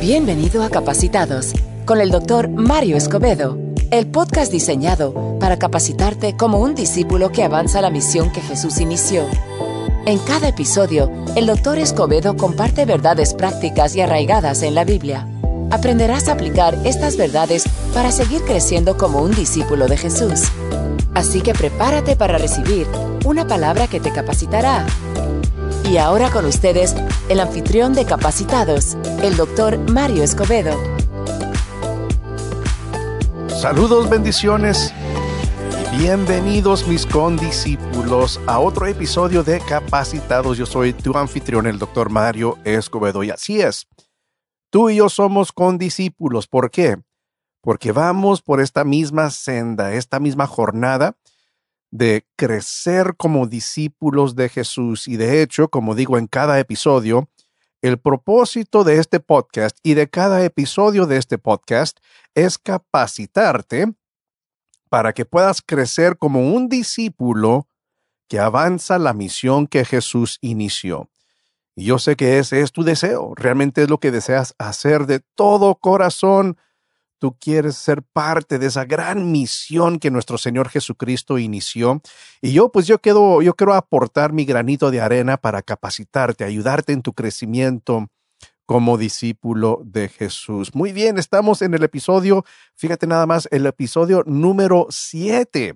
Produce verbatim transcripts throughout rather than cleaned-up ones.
Bienvenido a Capacitados con el doctor Mario Escobedo, el podcast diseñado para capacitarte como un discípulo que avanza la misión que Jesús inició. En cada episodio, el doctor Escobedo comparte verdades prácticas y arraigadas en la Biblia. Aprenderás a aplicar estas verdades para seguir creciendo como un discípulo de Jesús. Así que prepárate para recibir una palabra que te capacitará. Y ahora con ustedes, el anfitrión de Capacitados, el doctor Mario Escobedo. Saludos, bendiciones y bienvenidos mis condiscípulos a otro episodio de Capacitados. Yo soy tu anfitrión, el doctor Mario Escobedo, y así es. Tú y yo somos condiscípulos. ¿Por qué? Porque vamos por esta misma senda, esta misma jornada de crecer como discípulos de Jesús. Y de hecho, como digo en cada episodio, el propósito de este podcast y de cada episodio de este podcast es capacitarte para que puedas crecer como un discípulo que avanza la misión que Jesús inició. Y yo sé que ese es tu deseo, realmente es lo que deseas hacer de todo corazón. Tú quieres ser parte de esa gran misión que nuestro Señor Jesucristo inició. Y yo, pues yo quiero, yo quiero aportar mi granito de arena para capacitarte, ayudarte en tu crecimiento como discípulo de Jesús. Muy bien, estamos en el episodio, fíjate nada más, el episodio número siete.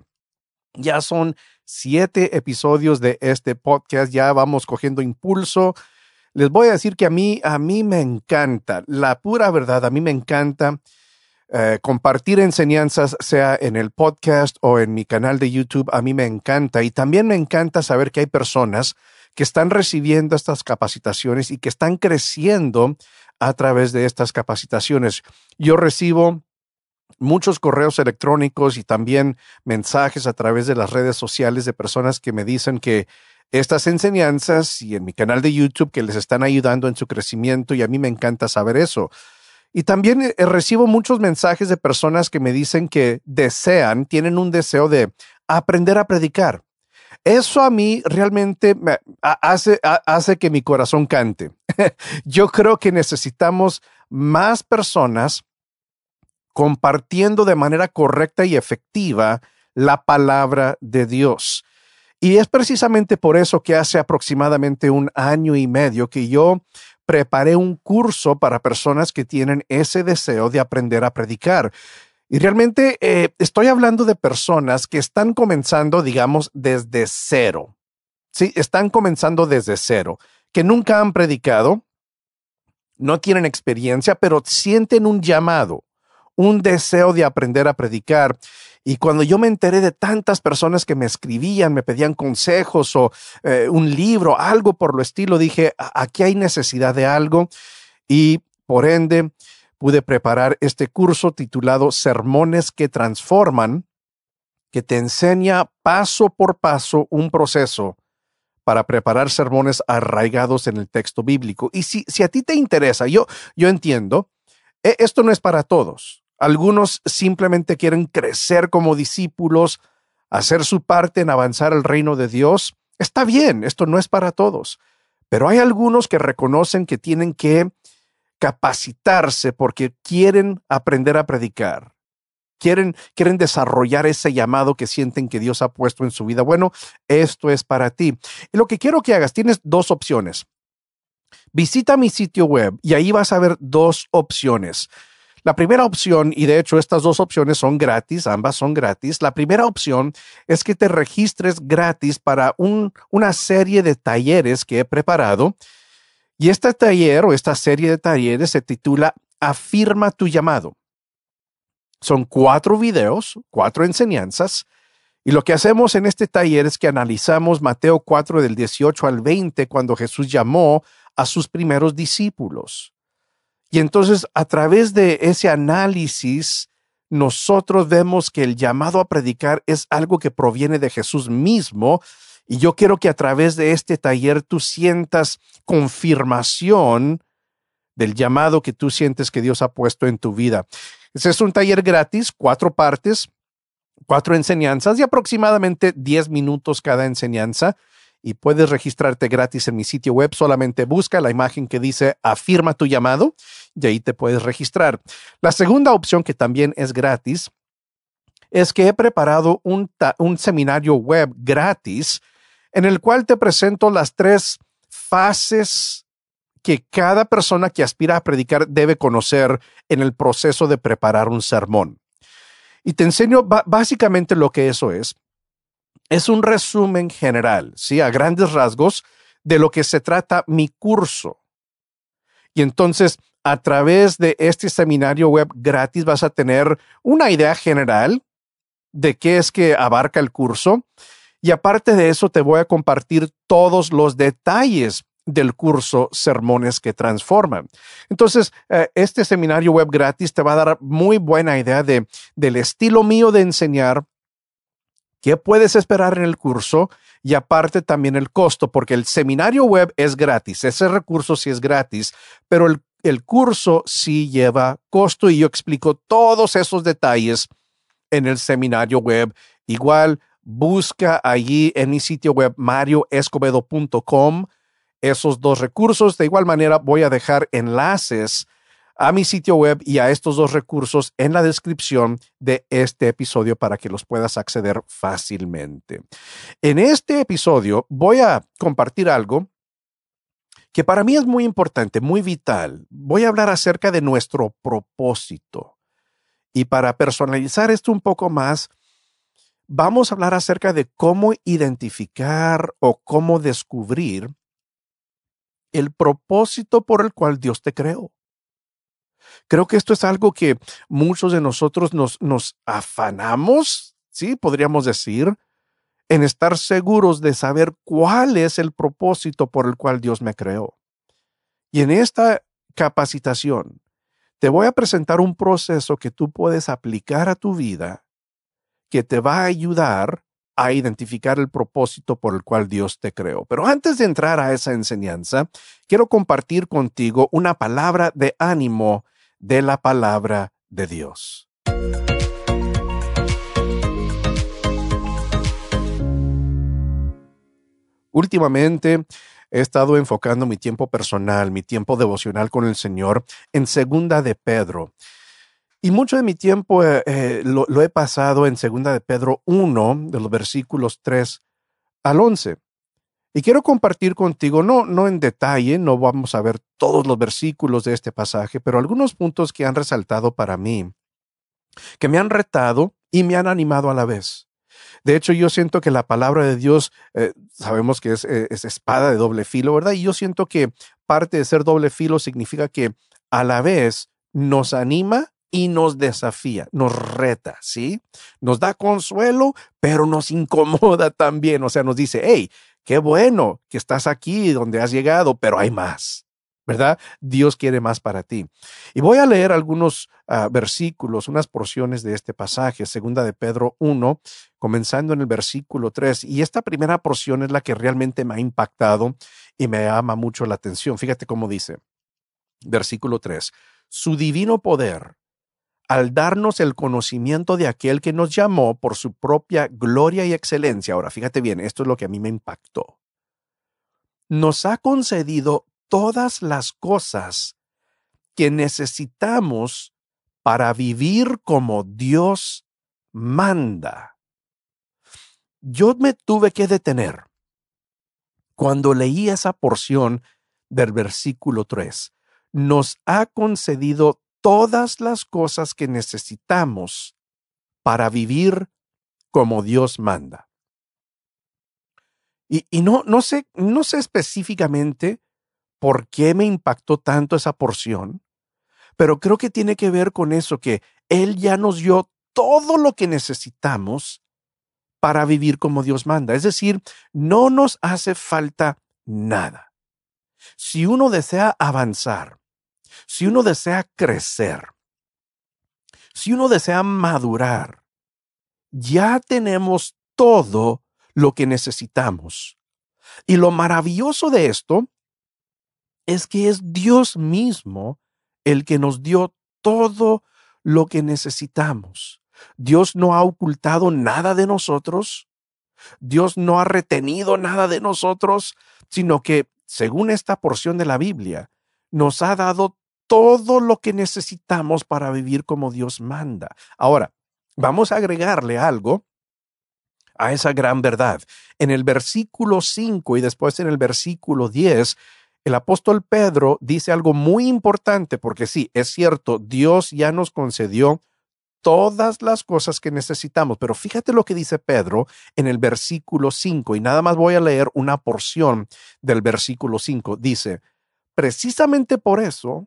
Ya son siete episodios de este podcast, ya vamos cogiendo impulso. Les voy a decir que a mí, a mí me encanta, la pura verdad, a mí me encanta Uh, compartir enseñanzas, sea en el podcast o en mi canal de YouTube. A mí me encanta, y también me encanta saber que hay personas que están recibiendo estas capacitaciones y que están creciendo a través de estas capacitaciones. Yo recibo muchos correos electrónicos y también mensajes a través de las redes sociales de personas que me dicen que estas enseñanzas y en mi canal de YouTube que les están ayudando en su crecimiento, y a mí me encanta saber eso. Y también eh, recibo muchos mensajes de personas que me dicen que desean, tienen un deseo de aprender a predicar. Eso a mí realmente me hace, hace que mi corazón cante. Yo creo que necesitamos más personas compartiendo de manera correcta y efectiva la palabra de Dios. Y es precisamente por eso que hace aproximadamente un año y medio que yo preparé un curso para personas que tienen ese deseo de aprender a predicar. Y realmente eh, estoy hablando de personas que están comenzando, digamos, desde cero. Sí, están comenzando desde cero, que nunca han predicado, no tienen experiencia, pero sienten un llamado, un deseo de aprender a predicar. Y cuando yo me enteré de tantas personas que me escribían, me pedían consejos o eh, un libro, algo por lo estilo, dije, aquí hay necesidad de algo. Y por ende, pude preparar este curso titulado Sermones que Transforman, que te enseña paso por paso un proceso para preparar sermones arraigados en el texto bíblico. Y si, si a ti te interesa, yo, yo entiendo, eh, esto no es para todos. Algunos simplemente quieren crecer como discípulos, hacer su parte en avanzar el reino de Dios. Está bien, esto no es para todos. Pero hay algunos que reconocen que tienen que capacitarse porque quieren aprender a predicar. Quieren, quieren desarrollar ese llamado que sienten que Dios ha puesto en su vida. Bueno, esto es para ti. Y lo que quiero que hagas, tienes dos opciones. Visita mi sitio web y ahí vas a ver dos opciones. La primera opción, y de hecho estas dos opciones son gratis, ambas son gratis. La primera opción es que te registres gratis para un, una serie de talleres que he preparado. Y este taller o esta serie de talleres se titula Afirma tu llamado. Son cuatro videos, cuatro enseñanzas. Y lo que hacemos en este taller es que analizamos Mateo cuatro del dieciocho al veinte, cuando Jesús llamó a sus primeros discípulos. Y entonces, a través de ese análisis, nosotros vemos que el llamado a predicar es algo que proviene de Jesús mismo. Y yo quiero que a través de este taller tú sientas confirmación del llamado que tú sientes que Dios ha puesto en tu vida. Ese es un taller gratis, cuatro partes, cuatro enseñanzas de aproximadamente diez minutos cada enseñanza. y puedes registrarte gratis en mi sitio web. Solamente busca la imagen que dice Afirma tu llamado y ahí te puedes registrar. La segunda opción, que también es gratis, es que he preparado un, un seminario web gratis en el cual te presento las tres fases que cada persona que aspira a predicar debe conocer en el proceso de preparar un sermón. Y te enseño básicamente lo que eso es. Es un resumen general, ¿sí? A grandes rasgos, de lo que se trata mi curso. Y entonces, a través de este seminario web gratis vas a tener una idea general de qué es que abarca el curso. Y aparte de eso, te voy a compartir todos los detalles del curso Sermones que Transforman. Entonces, eh, este seminario web gratis te va a dar muy buena idea de, del estilo mío de enseñar, qué puedes esperar en el curso y aparte también el costo, porque el seminario web es gratis, ese recurso sí es gratis, pero el, el curso sí lleva costo y yo explico todos esos detalles en el seminario web. Igual, busca allí en mi sitio web mario escobedo punto com esos dos recursos. De igual manera, voy a dejar enlaces a mi sitio web y a estos dos recursos en la descripción de este episodio para que los puedas acceder fácilmente. En este episodio voy a compartir algo que para mí es muy importante, muy vital. Voy a hablar acerca de nuestro propósito. Y para personalizar esto un poco más, vamos a hablar acerca de cómo identificar o cómo descubrir el propósito por el cual Dios te creó. Creo que esto es algo que muchos de nosotros nos, nos afanamos, ¿sí? Podríamos decir, en estar seguros de saber cuál es el propósito por el cual Dios me creó. Y en esta capacitación te voy a presentar un proceso que tú puedes aplicar a tu vida que te va a ayudar a identificar el propósito por el cual Dios te creó. Pero antes de entrar a esa enseñanza, quiero compartir contigo una palabra de ánimo de la palabra de Dios. Últimamente he estado enfocando mi tiempo personal, mi tiempo devocional con el Señor en Segunda de Pedro. Y mucho de mi tiempo eh, eh, lo, lo he pasado en Segunda de Pedro uno, de los versículos tres al once. Y quiero compartir contigo, no, no en detalle, no vamos a ver todos los versículos de este pasaje, pero algunos puntos que han resaltado para mí, que me han retado y me han animado a la vez. De hecho, yo siento que la palabra de Dios, eh, sabemos que es, eh, es espada de doble filo, ¿verdad? Y yo siento que parte de ser doble filo significa que a la vez nos anima y nos desafía, nos reta, ¿sí? Nos da consuelo, pero nos incomoda también. O sea, nos dice, hey, qué bueno que estás aquí donde has llegado, pero hay más, ¿verdad? Dios quiere más para ti. Y voy a leer algunos uh, versículos, unas porciones de este pasaje, Segunda de Pedro uno, comenzando en el versículo tres. Y esta primera porción es la que realmente me ha impactado y me llama mucho la atención. Fíjate cómo dice, versículo tres, su divino poder, al darnos el conocimiento de aquel que nos llamó por su propia gloria y excelencia. Ahora, fíjate bien, esto es lo que a mí me impactó. Nos ha concedido todas las cosas que necesitamos para vivir como Dios manda. Yo me tuve que detener cuando leí esa porción del versículo tres. Nos ha concedido todas las cosas que necesitamos para vivir como Dios manda. Y, y no, no sé, no sé específicamente por qué me impactó tanto esa porción, pero creo que tiene que ver con eso, que Él ya nos dio todo lo que necesitamos para vivir como Dios manda. Es decir, no nos hace falta nada. Si uno desea avanzar, si uno desea crecer, si uno desea madurar, ya tenemos todo lo que necesitamos. Y lo maravilloso de esto es que es Dios mismo el que nos dio todo lo que necesitamos. Dios no ha ocultado nada de nosotros. Dios no ha retenido nada de nosotros, sino que, según esta porción de la Biblia, nos ha dado todo lo que necesitamos para vivir como Dios manda. Ahora, vamos a agregarle algo a esa gran verdad. En el versículo cinco y después en el versículo diez, el apóstol Pedro dice algo muy importante, porque sí, es cierto, Dios ya nos concedió todas las cosas que necesitamos, pero fíjate lo que dice Pedro en el versículo cinco, y nada más voy a leer una porción del versículo cinco. Dice, precisamente por eso,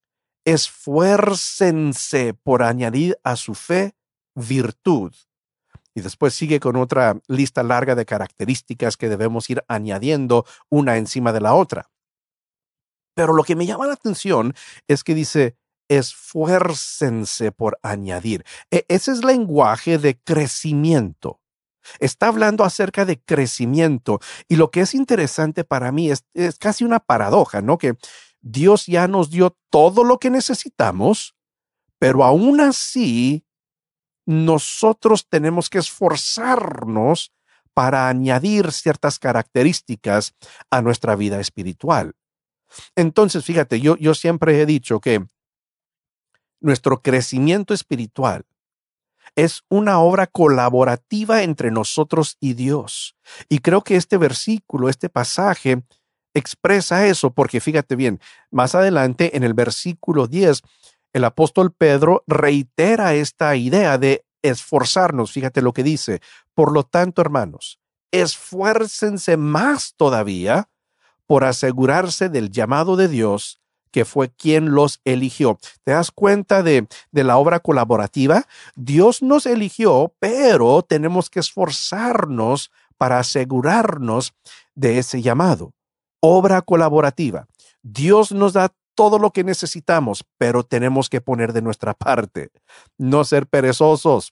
esfuércense por añadir a su fe virtud. Y después sigue con otra lista larga de características que debemos ir añadiendo una encima de la otra. Pero lo que me llama la atención es que dice, esfuércense por añadir. E- ese es lenguaje de crecimiento. Está hablando acerca de crecimiento. Y lo que es interesante para mí es, es casi una paradoja, ¿no? Que Dios ya nos dio todo lo que necesitamos, pero aún así nosotros tenemos que esforzarnos para añadir ciertas características a nuestra vida espiritual. Entonces, fíjate, yo, yo siempre he dicho que nuestro crecimiento espiritual es una obra colaborativa entre nosotros y Dios. Y creo que este versículo, este pasaje, expresa eso, porque fíjate bien, más adelante en el versículo diez, el apóstol Pedro reitera esta idea de esforzarnos. Fíjate lo que dice. Por lo tanto, hermanos, esfuércense más todavía por asegurarse del llamado de Dios, que fue quien los eligió. ¿Te das cuenta de, de la obra colaborativa? Dios nos eligió, pero tenemos que esforzarnos para asegurarnos de ese llamado. Obra colaborativa. Dios nos da todo lo que necesitamos, pero tenemos que poner de nuestra parte. No ser perezosos,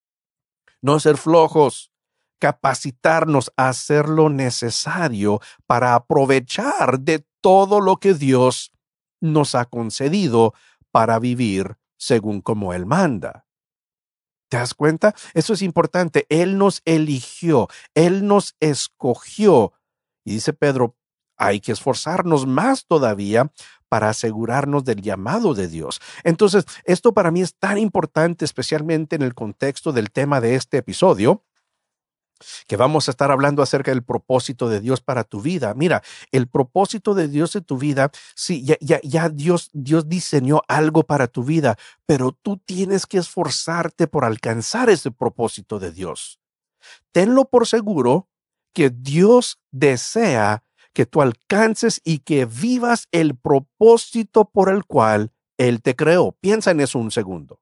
no ser flojos, capacitarnos a hacer lo necesario para aprovechar de todo lo que Dios nos ha concedido para vivir según como Él manda. ¿Te das cuenta? Eso es importante. Él nos eligió, Él nos escogió. Y dice Pedro, hay que esforzarnos más todavía para asegurarnos del llamado de Dios. Entonces, esto para mí es tan importante, especialmente en el contexto del tema de este episodio, que vamos a estar hablando acerca del propósito de Dios para tu vida. Mira, el propósito de Dios en tu vida, sí, ya, ya, ya Dios, Dios diseñó algo para tu vida, pero tú tienes que esforzarte por alcanzar ese propósito de Dios. Tenlo por seguro que Dios desea que tú alcances y que vivas el propósito por el cual Él te creó. Piensa en eso un segundo.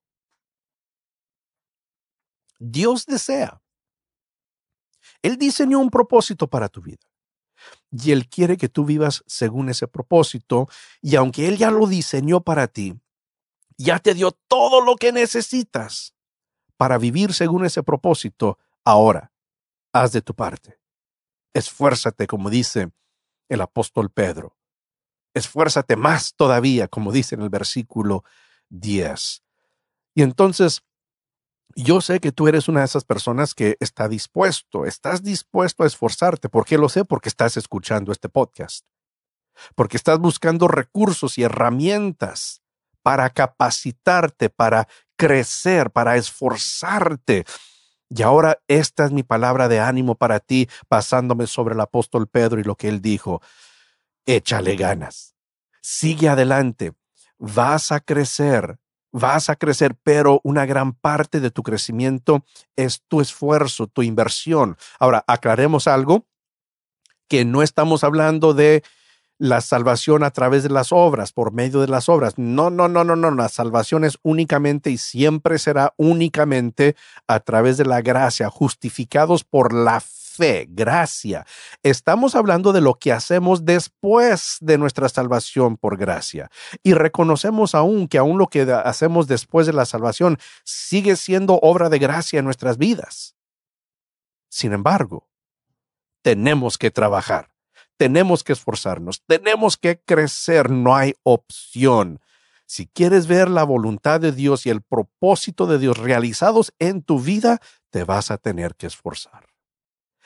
Dios desea. Él diseñó un propósito para tu vida y Él quiere que tú vivas según ese propósito, y aunque Él ya lo diseñó para ti, ya te dio todo lo que necesitas para vivir según ese propósito. Ahora, haz de tu parte. Esfuérzate, como dice el apóstol Pedro. Esfuérzate más todavía, como dice en el versículo diez. Y entonces, yo sé que tú eres una de esas personas que está dispuesto, estás dispuesto a esforzarte. ¿Por qué lo sé? Porque estás escuchando este podcast. Porque estás buscando recursos y herramientas para capacitarte, para crecer, para esforzarte. Y ahora esta es mi palabra de ánimo para ti, basándome sobre el apóstol Pedro y lo que él dijo. Échale ganas. Sigue adelante. Vas a crecer. Vas a crecer, pero una gran parte de tu crecimiento es tu esfuerzo, tu inversión. Ahora, aclaremos algo, que no estamos hablando de la salvación a través de las obras, por medio de las obras. No, no, no, no, no. La salvación es únicamente y siempre será únicamente a través de la gracia, justificados por la fe, gracia. Estamos hablando de lo que hacemos después de nuestra salvación por gracia. Y reconocemos aún que aún lo que hacemos después de la salvación sigue siendo obra de gracia en nuestras vidas. Sin embargo, tenemos que trabajar. Tenemos que esforzarnos, tenemos que crecer, no hay opción. Si quieres ver la voluntad de Dios y el propósito de Dios realizados en tu vida, te vas a tener que esforzar.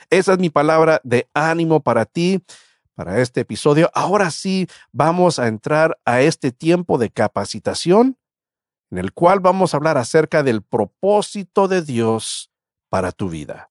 Esa es mi palabra de ánimo para ti, para este episodio. Ahora sí, vamos a entrar a este tiempo de capacitación en el cual vamos a hablar acerca del propósito de Dios para tu vida.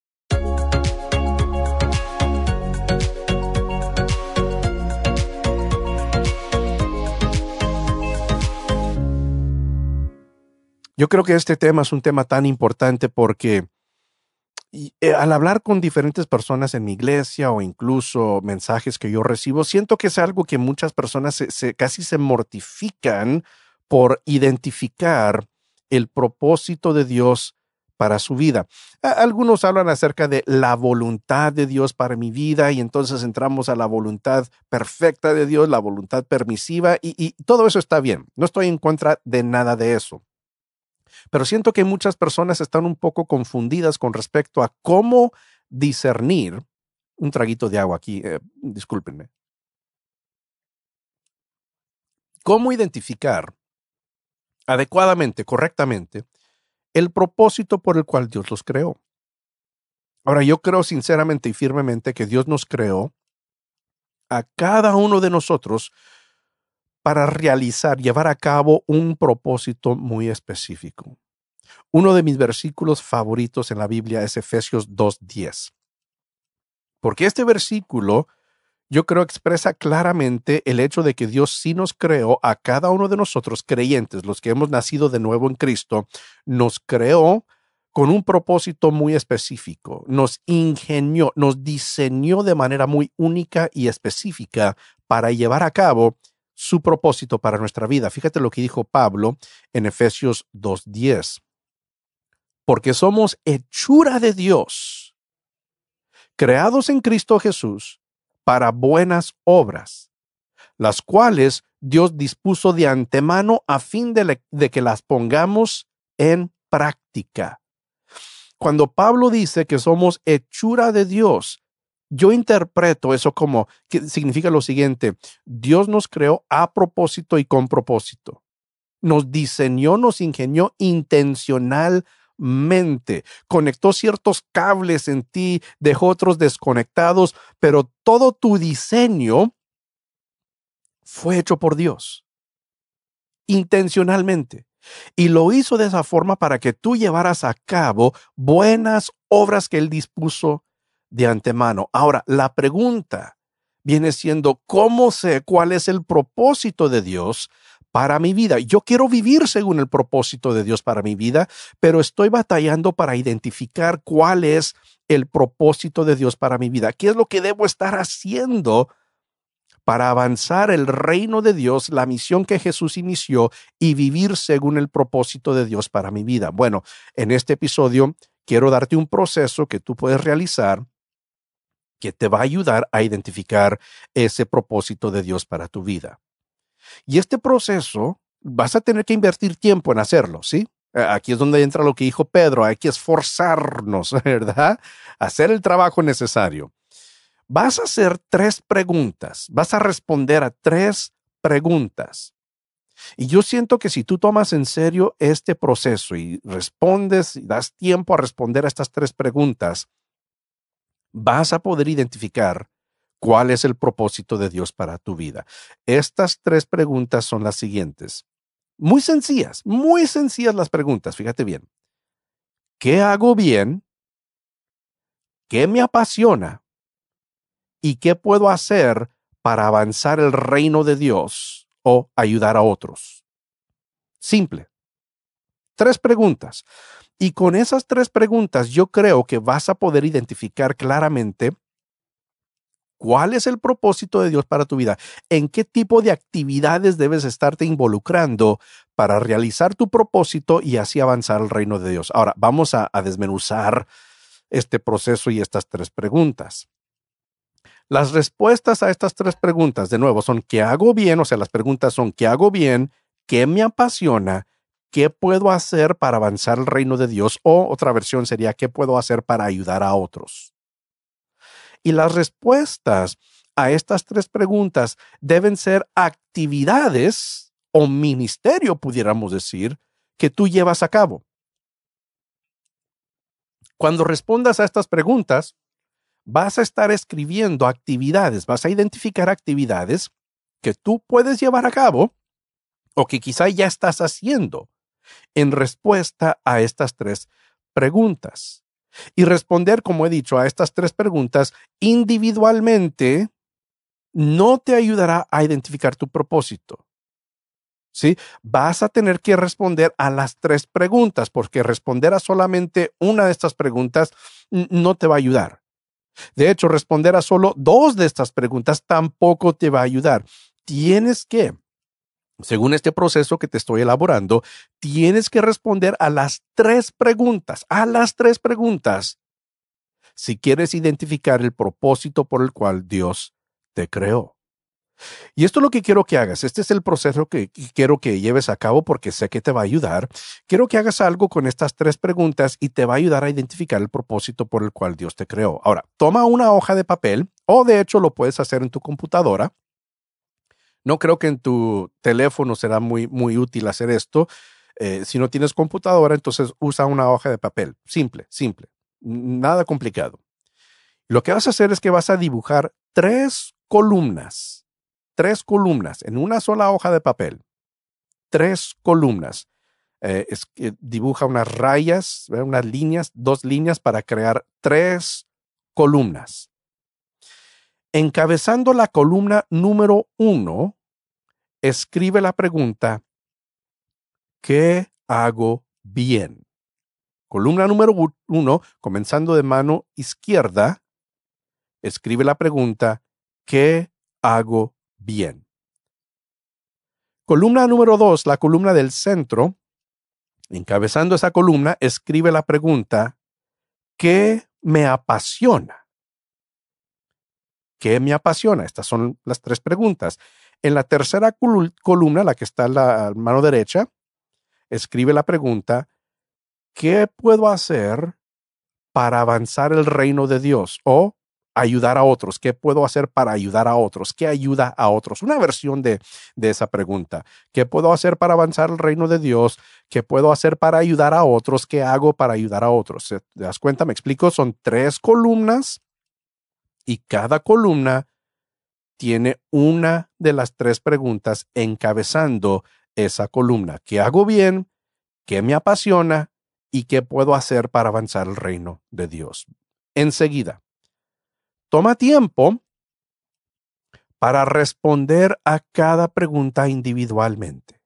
Yo creo que este tema es un tema tan importante porque y, eh, al hablar con diferentes personas en mi iglesia o incluso mensajes que yo recibo, siento que es algo que muchas personas se, se, casi se mortifican por identificar el propósito de Dios para su vida. A- algunos hablan acerca de la voluntad de Dios para mi vida y entonces entramos a la voluntad perfecta de Dios, la voluntad permisiva y, y todo eso está bien. No estoy en contra de nada de eso. Pero siento que muchas personas están un poco confundidas con respecto a cómo discernir. Un traguito de agua aquí, eh, discúlpenme. Cómo identificar adecuadamente, correctamente, el propósito por el cual Dios los creó. Ahora, yo creo sinceramente y firmemente que Dios nos creó a cada uno de nosotros para realizar, llevar a cabo un propósito muy específico. Uno de mis versículos favoritos en la Biblia es Efesios dos diez. Porque este versículo, yo creo, expresa claramente el hecho de que Dios sí nos creó a cada uno de nosotros creyentes, los que hemos nacido de nuevo en Cristo, nos creó con un propósito muy específico, nos ingenió, nos diseñó de manera muy única y específica para llevar a cabo su propósito para nuestra vida. Fíjate lo que dijo Pablo en Efesios dos diez. Porque somos hechura de Dios, creados en Cristo Jesús para buenas obras, las cuales Dios dispuso de antemano a fin de, le, de que las pongamos en práctica. Cuando Pablo dice que somos hechura de Dios, yo interpreto eso como que significa lo siguiente: Dios nos creó a propósito y con propósito. Nos diseñó, nos ingenió intencionalmente. Mente, conectó ciertos cables en ti, dejó otros desconectados, pero todo tu diseño fue hecho por Dios, intencionalmente. Y lo hizo de esa forma para que tú llevaras a cabo buenas obras que Él dispuso de antemano. Ahora, la pregunta viene siendo, ¿cómo sé cuál es el propósito de Dios para mi vida? Yo quiero vivir según el propósito de Dios para mi vida, pero estoy batallando para identificar cuál es el propósito de Dios para mi vida. ¿Qué es lo que debo estar haciendo para avanzar el reino de Dios, la misión que Jesús inició y vivir según el propósito de Dios para mi vida? Bueno, en este episodio quiero darte un proceso que tú puedes realizar que te va a ayudar a identificar ese propósito de Dios para tu vida. Y este proceso vas a tener que invertir tiempo en hacerlo, ¿sí? Aquí es donde entra lo que dijo Pedro, hay que esforzarnos, ¿verdad? Hacer el trabajo necesario. Vas a hacer tres preguntas, vas a responder a tres preguntas. Y yo siento que si tú tomas en serio este proceso y respondes y das tiempo a responder a estas tres preguntas, vas a poder identificar cuál es el propósito de Dios para tu vida. Estas tres preguntas son las siguientes. Muy sencillas, muy sencillas las preguntas, fíjate bien. ¿Qué hago bien? ¿Qué me apasiona? ¿Y qué puedo hacer para avanzar el reino de Dios o ayudar a otros? Simple. Tres preguntas. Y con esas tres preguntas yo creo que vas a poder identificar claramente cuál es el propósito de Dios para tu vida, en qué tipo de actividades debes estarte involucrando para realizar tu propósito y así avanzar el reino de Dios. Ahora, vamos a, a desmenuzar este proceso y estas tres preguntas. Las respuestas a estas tres preguntas, de nuevo, son ¿qué hago bien? O sea, las preguntas son ¿qué hago bien? ¿Qué me apasiona? ¿Qué puedo hacer para avanzar el reino de Dios? O otra versión sería ¿qué puedo hacer para ayudar a otros? Y las respuestas a estas tres preguntas deben ser actividades o ministerio, pudiéramos decir, que tú llevas a cabo. Cuando respondas a estas preguntas, vas a estar escribiendo actividades, vas a identificar actividades que tú puedes llevar a cabo o que quizá ya estás haciendo en respuesta a estas tres preguntas. Y responder, como he dicho, a estas tres preguntas individualmente no te ayudará a identificar tu propósito. ¿Sí? Vas a tener que responder a las tres preguntas, porque responder a solamente una de estas preguntas no te va a ayudar. De hecho, responder a solo dos de estas preguntas tampoco te va a ayudar. Tienes que, según este proceso que te estoy elaborando, tienes que responder a las tres preguntas, a las tres preguntas, si quieres identificar el propósito por el cual Dios te creó. Y esto es lo que quiero que hagas. Este es el proceso que quiero que lleves a cabo porque sé que te va a ayudar. Quiero que hagas algo con estas tres preguntas y te va a ayudar a identificar el propósito por el cual Dios te creó. Ahora, toma una hoja de papel o de hecho lo puedes hacer en tu computadora. No creo que en tu teléfono será muy, muy útil hacer esto. Eh, si no tienes computadora, entonces usa una hoja de papel. Simple, simple. Nada complicado. Lo que vas a hacer es que vas a dibujar tres columnas. Tres columnas en una sola hoja de papel. Tres columnas. Eh, es que dibuja unas rayas, unas líneas, dos líneas para crear tres columnas. Encabezando la columna número uno, escribe la pregunta, ¿qué hago bien? Columna número uno, comenzando de mano izquierda, escribe la pregunta, ¿qué hago bien? Columna número dos, la columna del centro, encabezando esa columna, escribe la pregunta, ¿qué me apasiona? ¿Qué me apasiona? Estas son las tres preguntas. En la tercera col- columna, la que está a la mano derecha, escribe la pregunta, ¿qué puedo hacer para avanzar el reino de Dios? O ayudar a otros. ¿Qué puedo hacer para ayudar a otros? ¿Qué ayuda a otros? Una versión de, de esa pregunta. ¿Qué puedo hacer para avanzar el reino de Dios? ¿Qué puedo hacer para ayudar a otros? ¿Qué hago para ayudar a otros? ¿Te das cuenta? Me explico. Son tres columnas y cada columna tiene una de las tres preguntas encabezando esa columna. ¿Qué hago bien? ¿Qué me apasiona? ¿Y qué puedo hacer para avanzar el reino de Dios? Enseguida, toma tiempo para responder a cada pregunta individualmente.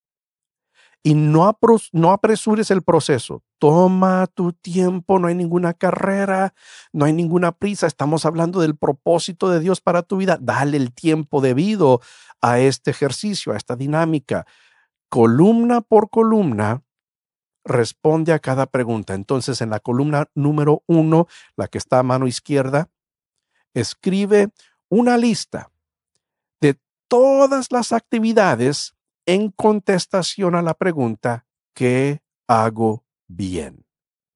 Y no, apros- no apresures el proceso. Toma tu tiempo, no hay ninguna carrera, no hay ninguna prisa. Estamos hablando del propósito de Dios para tu vida. Dale el tiempo debido a este ejercicio, a esta dinámica. Columna por columna, responde a cada pregunta. Entonces, en la columna número uno, la que está a mano izquierda, escribe una lista de todas las actividades en contestación a la pregunta, ¿qué hago bien?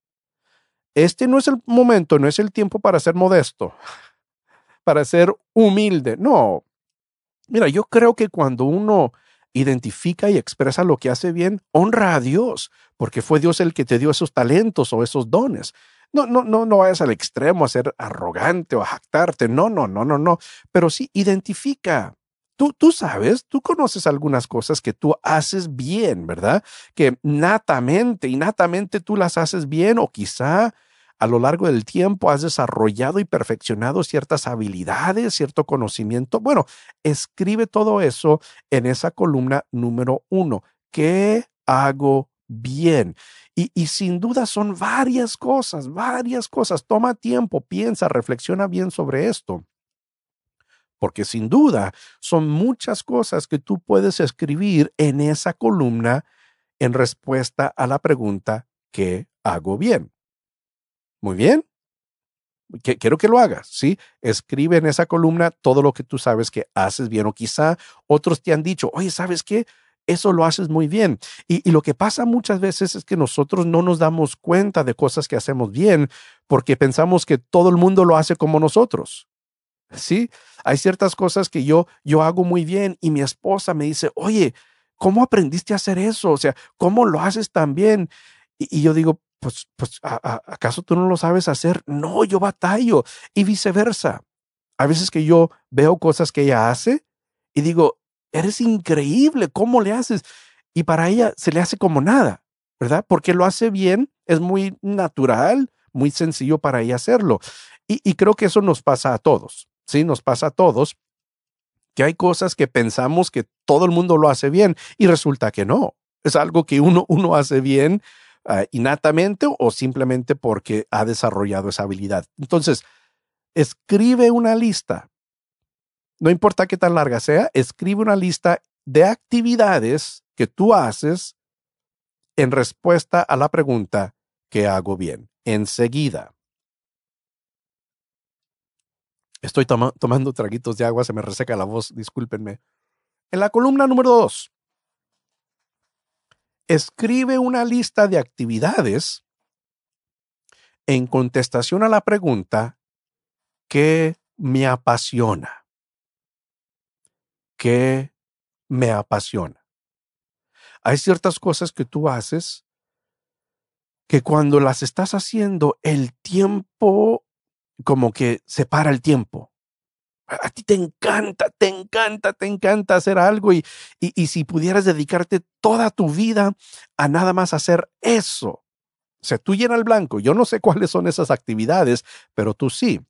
Este no es el momento, no es el tiempo para ser modesto, para ser humilde. No. Mira, yo creo que cuando uno identifica y expresa lo que hace bien, honra a Dios, porque fue Dios el que te dio esos talentos o esos dones. No, no, no, no vayas al extremo a ser arrogante o a jactarte. No, no, no, no, no. Pero sí identifica. Tú, tú sabes, tú conoces algunas cosas que tú haces bien, ¿verdad? Que natamente, innatamente tú las haces bien o quizá a lo largo del tiempo has desarrollado y perfeccionado ciertas habilidades, cierto conocimiento. Bueno, escribe todo eso en esa columna número uno. ¿Qué hago bien? Y, y sin duda son varias cosas, varias cosas. Toma tiempo, piensa, reflexiona bien sobre esto. Porque sin duda son muchas cosas que tú puedes escribir en esa columna en respuesta a la pregunta, ¿qué hago bien? Muy bien. Que, quiero que lo hagas, ¿sí? Escribe en esa columna todo lo que tú sabes que haces bien o quizá otros te han dicho, oye, ¿sabes qué? Eso lo haces muy bien. Y, y lo que pasa muchas veces es que nosotros no nos damos cuenta de cosas que hacemos bien porque pensamos que todo el mundo lo hace como nosotros. Sí, hay ciertas cosas que yo, yo hago muy bien y mi esposa me dice, oye, ¿cómo aprendiste a hacer eso? O sea, ¿cómo lo haces tan bien? Y, y yo digo, pues, pues ¿a, a, ¿acaso tú no lo sabes hacer? No, yo batallo. Y viceversa. A veces que yo veo cosas que ella hace y digo, eres increíble, ¿cómo le haces? Y para ella se le hace como nada, ¿verdad? Porque lo hace bien, es muy natural, muy sencillo para ella hacerlo. Y, y creo que eso nos pasa a todos, ¿sí? Nos pasa a todos que hay cosas que pensamos que todo el mundo lo hace bien y resulta que no. Es algo que uno, uno hace bien uh, innatamente o simplemente porque ha desarrollado esa habilidad. Entonces, escribe una lista. No importa qué tan larga sea, escribe una lista de actividades que tú haces en respuesta a la pregunta ¿qué hago bien? Enseguida. Estoy toma- tomando traguitos de agua, se me reseca la voz, discúlpenme. En la columna número dos, escribe una lista de actividades en contestación a la pregunta ¿qué me apasiona? ¿Qué me apasiona? Hay ciertas cosas que tú haces que cuando las estás haciendo, el tiempo como que se para el tiempo. A a ti te encanta, te encanta, te encanta hacer algo y, y, y si pudieras dedicarte toda tu vida a nada más hacer eso, o sea, tú llena el blanco. Yo no sé cuáles son esas actividades, pero tú sí.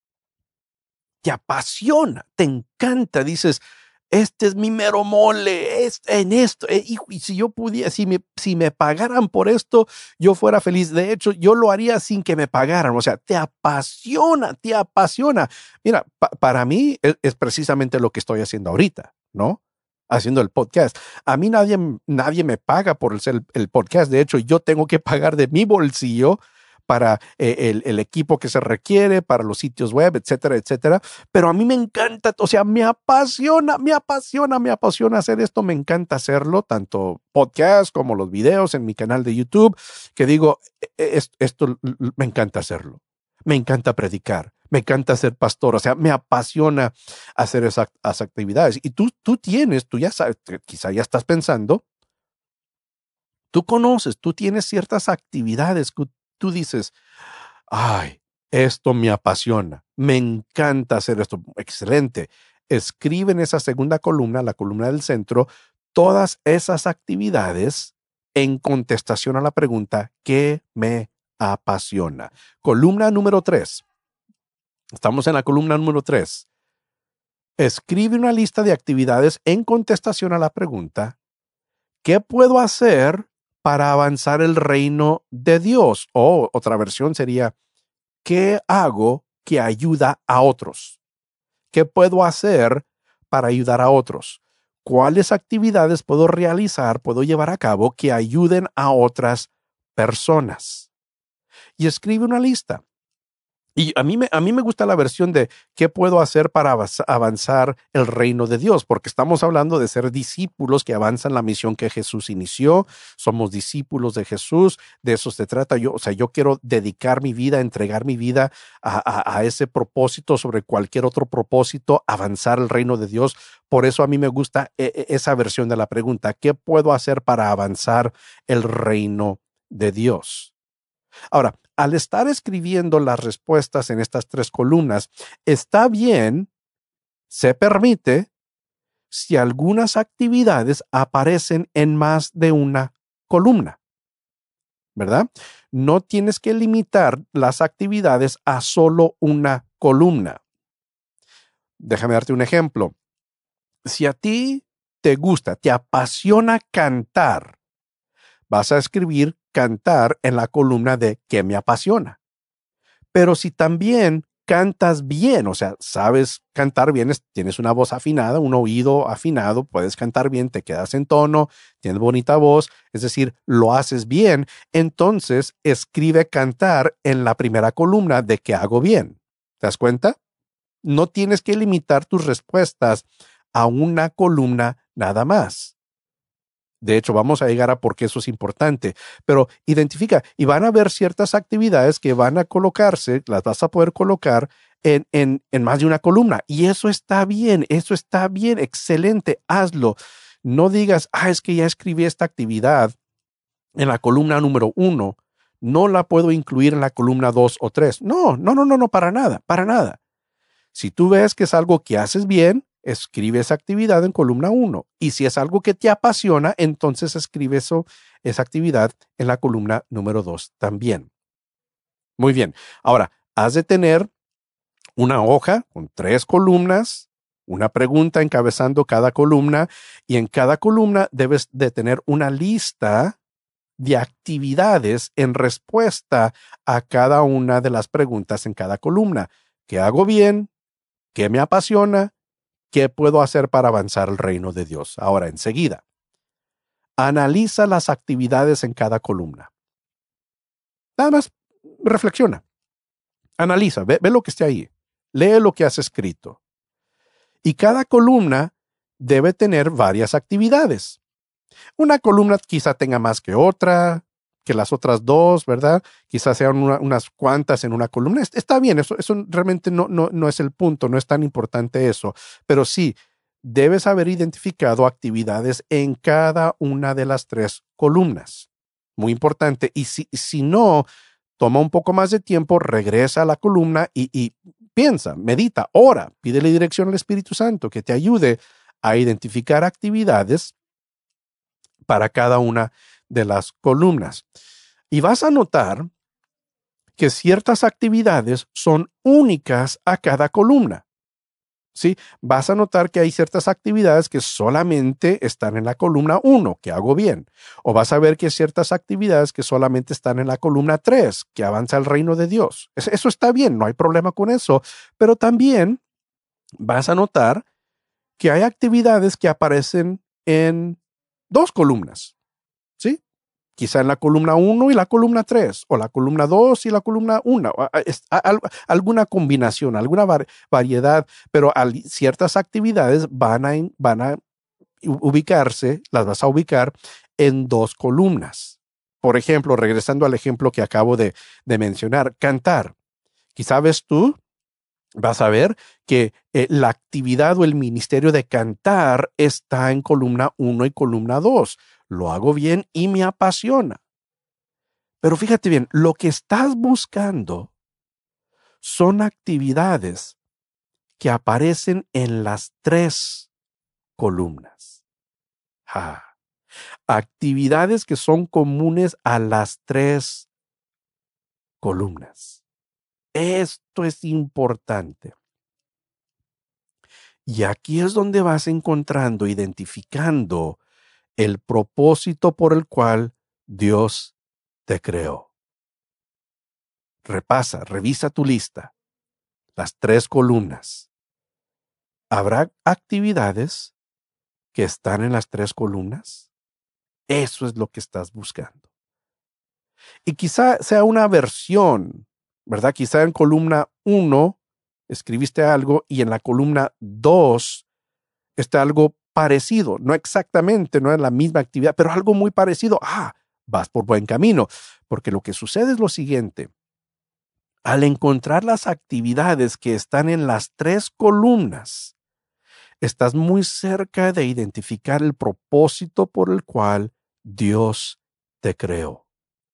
Te apasiona, te encanta, dices, este es mi mero mole, es en esto, eh, hijo, y si yo pudiera, si me, si me pagaran por esto, yo fuera feliz. De hecho, yo lo haría sin que me pagaran. O sea, te apasiona, te apasiona. Mira, pa- para mí es, es precisamente lo que estoy haciendo ahorita, ¿no? Haciendo el podcast. A mí nadie, nadie me paga por hacer el, el podcast. De hecho, yo tengo que pagar de mi bolsillo para eh, el, el equipo que se requiere, para los sitios web, etcétera, etcétera. Pero a mí me encanta, o sea, me apasiona, me apasiona, me apasiona hacer esto, me encanta hacerlo, tanto podcast como los videos en mi canal de YouTube, que digo, "E- e- es- esto l- l- me encanta hacerlo. Me encanta predicar, me encanta ser pastor, o sea, me apasiona hacer esas, esas actividades. Y tú, tú tienes, tú ya sabes, quizá ya estás pensando, tú conoces, tú tienes ciertas actividades que tú dices, ay, esto me apasiona, me encanta hacer esto. Excelente. Escribe en esa segunda columna, la columna del centro, todas esas actividades en contestación a la pregunta ¿qué me apasiona? Columna número tres. Estamos en la columna número tres. Escribe una lista de actividades en contestación a la pregunta ¿qué puedo hacer para avanzar el reino de Dios? O otra versión sería ¿qué hago que ayuda a otros? ¿Qué puedo hacer para ayudar a otros? ¿Cuáles actividades puedo realizar, puedo llevar a cabo que ayuden a otras personas? Y escribe una lista. Y a mí, me, a mí me gusta la versión de qué puedo hacer para avanzar el reino de Dios, porque estamos hablando de ser discípulos que avanzan la misión que Jesús inició. Somos discípulos de Jesús, de eso se trata. Yo, o sea, yo quiero dedicar mi vida, entregar mi vida a, a, a ese propósito sobre cualquier otro propósito, avanzar el reino de Dios. Por eso a mí me gusta e, esa versión de la pregunta, ¿qué puedo hacer para avanzar el reino de Dios? Ahora, al estar escribiendo las respuestas en estas tres columnas, está bien, se permite, si algunas actividades aparecen en más de una columna, ¿verdad? No tienes que limitar las actividades a solo una columna. Déjame darte un ejemplo. Si a ti te gusta, te apasiona cantar, vas a escribir cantar en la columna de ¿qué me apasiona? Pero si también cantas bien, o sea, sabes cantar bien, tienes una voz afinada, un oído afinado, puedes cantar bien, te quedas en tono, tienes bonita voz, es decir, lo haces bien, entonces escribe cantar en la primera columna de que hago bien. ¿Te das cuenta? No tienes que limitar tus respuestas a una columna nada más. De hecho, vamos a llegar a por qué eso es importante, pero identifica y van a haber ciertas actividades que van a colocarse, las vas a poder colocar en, en, en más de una columna y eso está bien, eso está bien, excelente, hazlo. No digas, ah, es que ya escribí esta actividad en la columna número uno. no la puedo incluir en la columna dos o tres. No, no, no, no, no, para nada, para nada. Si tú ves que es algo que haces bien, escribe esa actividad en columna uno. Y si es algo que te apasiona, entonces escribe eso, esa actividad en la columna número dos también. Muy bien. Ahora, has de tener una hoja con tres columnas, una pregunta encabezando cada columna, y en cada columna debes de tener una lista de actividades en respuesta a cada una de las preguntas en cada columna. ¿Qué hago bien? ¿Qué me apasiona? ¿Qué puedo hacer para avanzar el reino de Dios? Ahora, enseguida, analiza las actividades en cada columna. Nada más reflexiona, analiza, ve, ve lo que esté ahí, lee lo que has escrito. Y cada columna debe tener varias actividades. Una columna quizá tenga más que otra, que las otras dos, ¿verdad? Quizás sean una, unas cuantas en una columna. Está bien, eso, eso realmente no, no, no es el punto, no es tan importante eso. Pero sí, debes haber identificado actividades en cada una de las tres columnas. Muy importante. Y si, si no, toma un poco más de tiempo, regresa a la columna y, y piensa, medita, ora, pídele dirección al Espíritu Santo que te ayude a identificar actividades para cada una de las columnas. Y vas a notar que ciertas actividades son únicas a cada columna. ¿Sí? Vas a notar que hay ciertas actividades que solamente están en la columna uno, que hago bien. O vas a ver que hay ciertas actividades que solamente están en la columna tres, que avanza el reino de Dios. Eso está bien, no hay problema con eso. Pero también vas a notar que hay actividades que aparecen en dos columnas. ¿Sí? Quizá en la columna uno y la columna tres, o la columna dos y la columna uno, alguna combinación, alguna variedad, pero ciertas actividades van a, van a ubicarse, las vas a ubicar en dos columnas. Por ejemplo, regresando al ejemplo que acabo de, de mencionar, cantar. Quizá ves tú, vas a ver que eh, la actividad o el ministerio de cantar está en columna uno y columna dos. Lo hago bien y me apasiona. Pero fíjate bien, lo que estás buscando son actividades que aparecen en las tres columnas. Ah, actividades que son comunes a las tres columnas. Esto es importante. Y aquí es donde vas encontrando, identificando el propósito por el cual Dios te creó. Repasa, revisa tu lista, las tres columnas. ¿Habrá actividades que están en las tres columnas? Eso es lo que estás buscando. Y quizá sea una versión, ¿verdad? Quizá en columna uno escribiste algo y en la columna dos está algo parecido, no exactamente, no es la misma actividad, pero algo muy parecido. Ah, vas por buen camino, porque lo que sucede es lo siguiente. Al encontrar las actividades que están en las tres columnas, estás muy cerca de identificar el propósito por el cual Dios te creó.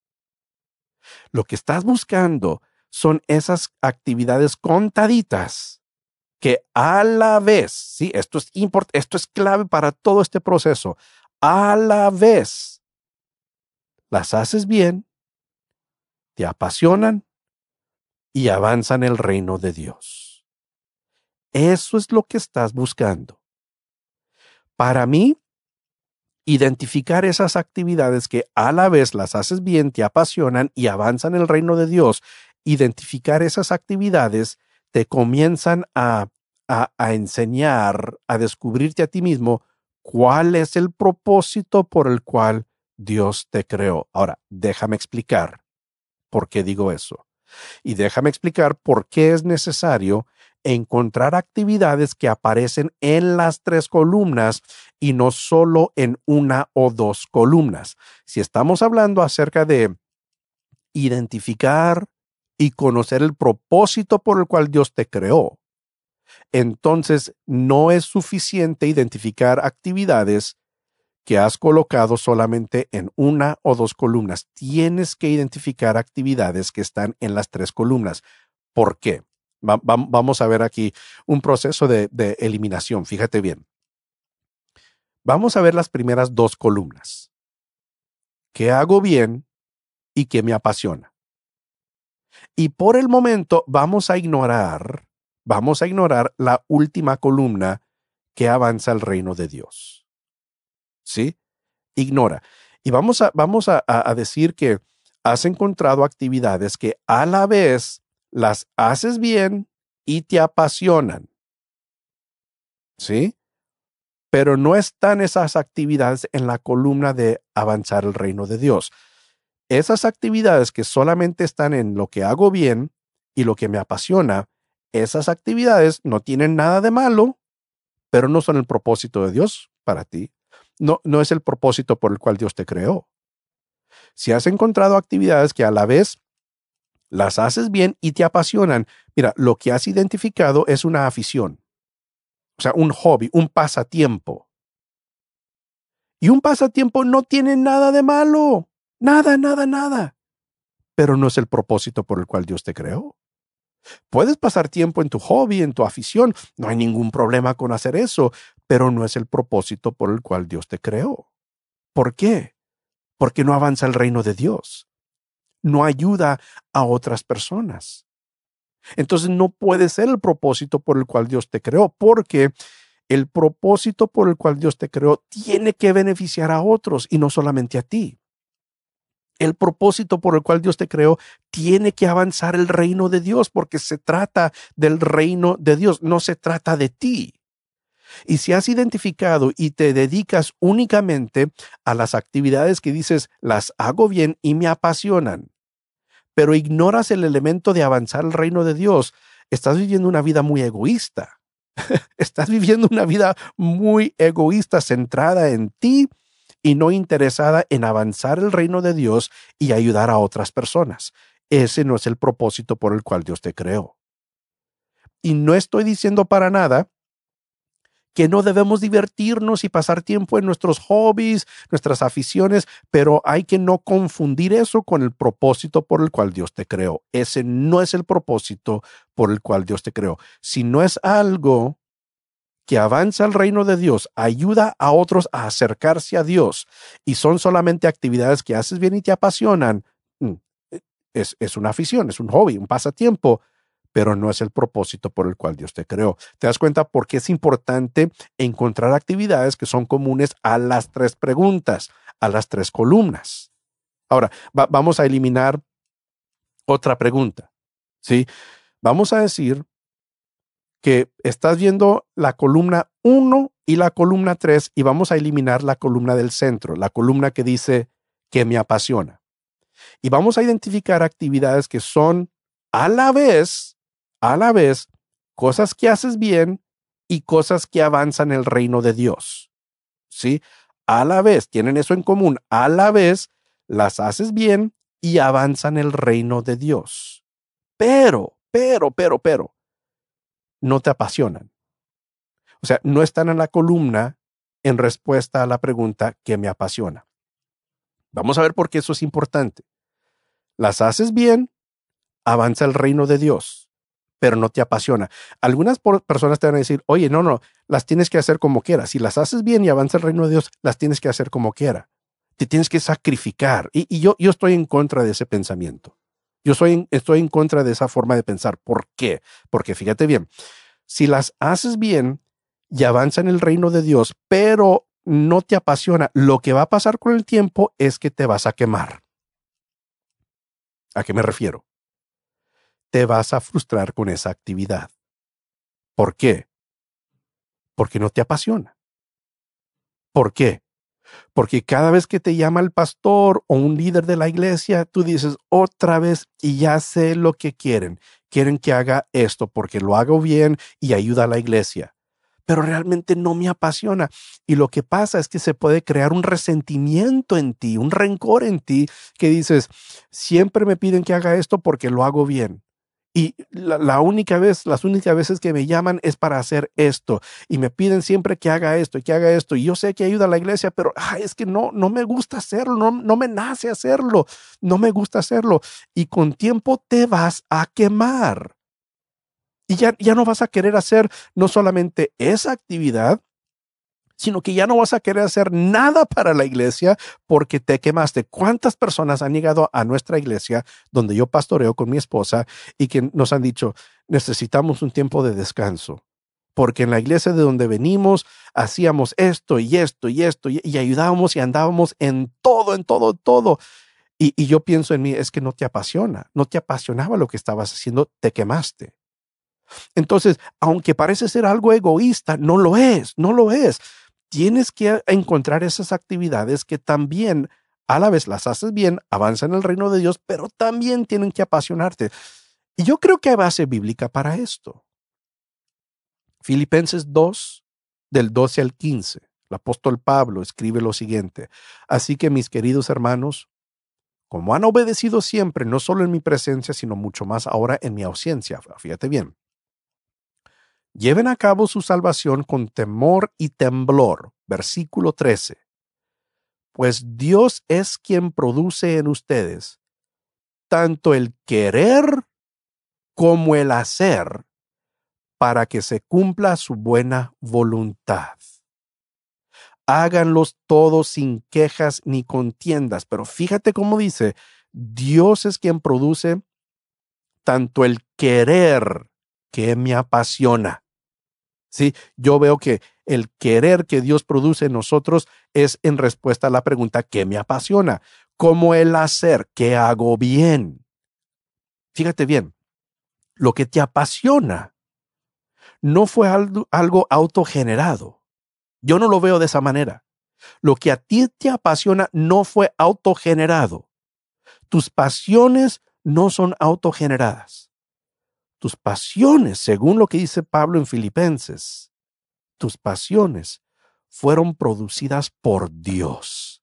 Lo que estás buscando son esas actividades contaditas que a la vez, sí, esto es import, esto es clave para todo este proceso, a la vez las haces bien, te apasionan y avanzan el reino de Dios. Eso es lo que estás buscando. Para mí, identificar esas actividades que a la vez las haces bien, te apasionan y avanzan el reino de Dios, identificar esas actividades te comienzan a, a, a enseñar, a descubrirte a ti mismo cuál es el propósito por el cual Dios te creó. Ahora, déjame explicar por qué digo eso. Y déjame explicar por qué es necesario encontrar actividades que aparecen en las tres columnas y no solo en una o dos columnas. Si estamos hablando acerca de identificar y conocer el propósito por el cual Dios te creó, entonces no es suficiente identificar actividades que has colocado solamente en una o dos columnas. Tienes que identificar actividades que están en las tres columnas. ¿Por qué? Va, va, vamos a ver aquí un proceso de, de eliminación. Fíjate bien. Vamos a ver las primeras dos columnas. ¿Qué hago bien y qué me apasiona? Y por el momento vamos a ignorar, vamos a ignorar la última columna que avanza el reino de Dios. ¿Sí? Ignora. Y vamos a, vamos a, a decir que has encontrado actividades que a la vez las haces bien y te apasionan. ¿Sí? Pero no están esas actividades en la columna de avanzar el reino de Dios. Esas actividades que solamente están en lo que hago bien y lo que me apasiona, esas actividades no tienen nada de malo, pero no son el propósito de Dios para ti. No, no es el propósito por el cual Dios te creó. Si has encontrado actividades que a la vez las haces bien y te apasionan, mira, lo que has identificado es una afición. O sea, un hobby, un pasatiempo. Y un pasatiempo no tiene nada de malo. Nada, nada, nada. Pero no es el propósito por el cual Dios te creó. Puedes pasar tiempo en tu hobby, en tu afición. No hay ningún problema con hacer eso, pero no es el propósito por el cual Dios te creó. ¿Por qué? Porque no avanza el reino de Dios. No ayuda a otras personas. Entonces no puede ser el propósito por el cual Dios te creó, porque el propósito por el cual Dios te creó tiene que beneficiar a otros y no solamente a ti. El propósito por el cual Dios te creó tiene que avanzar el reino de Dios, porque se trata del reino de Dios, no se trata de ti. Y si has identificado y te dedicas únicamente a las actividades que dices, las hago bien y me apasionan, pero ignoras el elemento de avanzar el reino de Dios, estás viviendo una vida muy egoísta. Estás viviendo una vida muy egoísta, centrada en ti y no interesada en avanzar el reino de Dios y ayudar a otras personas. Ese no es el propósito por el cual Dios te creó. Y no estoy diciendo para nada que no debemos divertirnos y pasar tiempo en nuestros hobbies, nuestras aficiones, pero hay que no confundir eso con el propósito por el cual Dios te creó. Ese no es el propósito por el cual Dios te creó. Si no es algo que avanza el reino de Dios, ayuda a otros a acercarse a Dios y son solamente actividades que haces bien y te apasionan, es, es una afición, es un hobby, un pasatiempo, pero no es el propósito por el cual Dios te creó. ¿Te das cuenta por qué es importante encontrar actividades que son comunes a las tres preguntas, a las tres columnas? Ahora, va, vamos a eliminar otra pregunta, ¿sí? Vamos a decir que estás viendo la columna uno y la columna tres y vamos a eliminar la columna del centro, la columna que dice que me apasiona. Y vamos a identificar actividades que son a la vez, a la vez, cosas que haces bien y cosas que avanzan el reino de Dios. ¿Sí? A la vez, tienen eso en común, a la vez las haces bien y avanzan el reino de Dios. Pero, pero, pero, pero, no te apasionan. O sea, no están en la columna en respuesta a la pregunta que me apasiona. Vamos a ver por qué eso es importante. Las haces bien, avanza el reino de Dios, pero no te apasiona. Algunas personas te van a decir, oye, no, no, las tienes que hacer como quieras. Si las haces bien y avanza el reino de Dios, las tienes que hacer como quiera. Te tienes que sacrificar. Y, y yo, yo estoy en contra de ese pensamiento. Yo soy, estoy en contra de esa forma de pensar. ¿Por qué? Porque fíjate bien, si las haces bien y avanza en el reino de Dios, pero no te apasiona, lo que va a pasar con el tiempo es que te vas a quemar. ¿A qué me refiero? Te vas a frustrar con esa actividad. ¿Por qué? Porque no te apasiona. ¿Por qué? Porque cada vez que te llama el pastor o un líder de la iglesia, tú dices otra vez y ya sé lo que quieren. Quieren que haga esto porque lo hago bien y ayuda a la iglesia. Pero realmente no me apasiona. Y lo que pasa es que se puede crear un resentimiento en ti, un rencor en ti, que dices, siempre me piden que haga esto porque lo hago bien. Y la, la única vez, las únicas veces que me llaman es para hacer esto. Y me piden siempre que haga esto y que haga esto. Y yo sé que ayuda a la iglesia, pero ay, es que no, no me gusta hacerlo, no, no me nace hacerlo, no me gusta hacerlo. Y con tiempo te vas a quemar. Y ya, ya no vas a querer hacer no solamente esa actividad, sino que ya no vas a querer hacer nada para la iglesia porque te quemaste. ¿Cuántas personas han llegado a nuestra iglesia donde yo pastoreo con mi esposa y que nos han dicho, necesitamos un tiempo de descanso? Porque en la iglesia de donde venimos hacíamos esto y esto y esto y, y ayudábamos y andábamos en todo, en todo, todo. Y, y yo pienso en mí, es que no te apasiona, no te apasionaba lo que estabas haciendo, te quemaste. Entonces, aunque parece ser algo egoísta, no lo es, no lo es. Tienes que encontrar esas actividades que también a la vez las haces bien, avanzan en el reino de Dios, pero también tienen que apasionarte. Y yo creo que hay base bíblica para esto. Filipenses dos, del doce al quince. El apóstol Pablo escribe lo siguiente. Así que mis queridos hermanos, como han obedecido siempre, no solo en mi presencia, sino mucho más ahora en mi ausencia. Fíjate bien. Lleven a cabo su salvación con temor y temblor. Versículo trece. Pues Dios es quien produce en ustedes tanto el querer como el hacer para que se cumpla su buena voluntad. Háganlos todos sin quejas ni contiendas. Pero fíjate cómo dice, Dios es quien produce tanto el querer que me apasiona. Sí, yo veo que el querer que Dios produce en nosotros es en respuesta a la pregunta ¿qué me apasiona? Como el hacer, ¿qué hago bien? Fíjate bien, lo que te apasiona no fue algo, algo autogenerado. Yo no lo veo de esa manera. Lo que a ti te apasiona no fue autogenerado. Tus pasiones no son autogeneradas. Tus pasiones, según lo que dice Pablo en Filipenses, tus pasiones fueron producidas por Dios.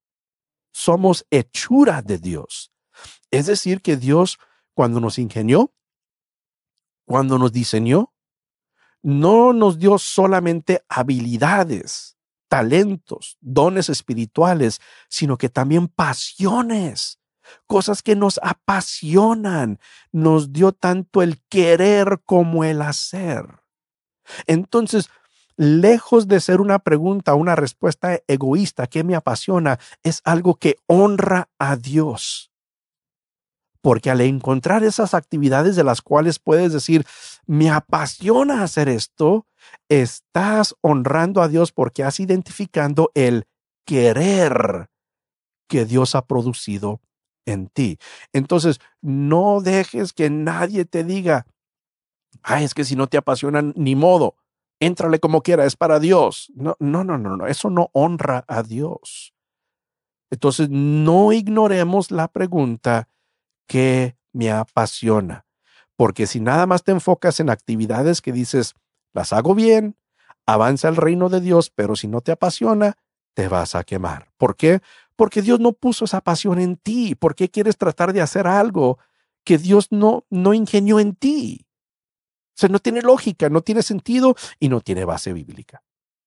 Somos hechura de Dios. Es decir, que Dios, cuando nos ingenió, cuando nos diseñó, no nos dio solamente habilidades, talentos, dones espirituales, sino que también pasiones, cosas que nos apasionan. Nos dio tanto el querer como el hacer. Entonces, lejos de ser una pregunta, una respuesta egoísta, ¿qué me apasiona? Es algo que honra a Dios. Porque al encontrar esas actividades de las cuales puedes decir, me apasiona hacer esto, estás honrando a Dios porque has identificado el querer que Dios ha producido en ti. Entonces, no dejes que nadie te diga, ay, es que si no te apasionan, ni modo. Éntrale como quiera, es para Dios. No, no, no, no, no, eso no honra a Dios. Entonces, no ignoremos la pregunta que me apasiona, porque si nada más te enfocas en actividades que dices, las hago bien, avanza el reino de Dios, pero si no te apasiona, te vas a quemar. ¿Por qué? Porque Dios no puso esa pasión en ti. ¿Por qué quieres tratar de hacer algo que Dios no, no ingenió en ti? O sea, no tiene lógica, no tiene sentido y no tiene base bíblica.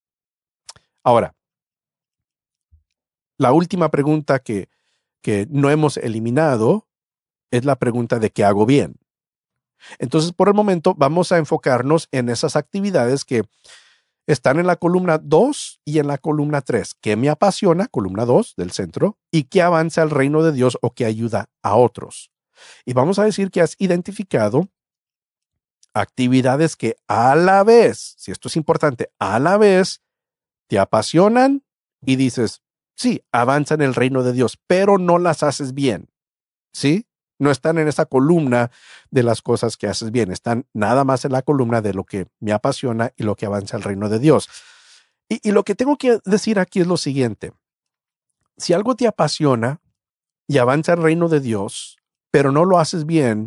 Ahora, la última pregunta que, que no hemos eliminado es la pregunta de qué hago bien. Entonces, por el momento, vamos a enfocarnos en esas actividades que están en la columna dos y en la columna tres. ¿Qué me apasiona? Columna dos del centro. ¿Y qué avanza el reino de Dios o qué ayuda a otros? Y vamos a decir que has identificado actividades que a la vez, si esto es importante, a la vez te apasionan y dices, sí, avanzan en el reino de Dios, pero no las haces bien. ¿Sí? No están en esa columna de las cosas que haces bien. Están nada más en la columna de lo que me apasiona y lo que avanza el reino de Dios. Y, y lo que tengo que decir aquí es lo siguiente. Si algo te apasiona y avanza el reino de Dios, pero no lo haces bien,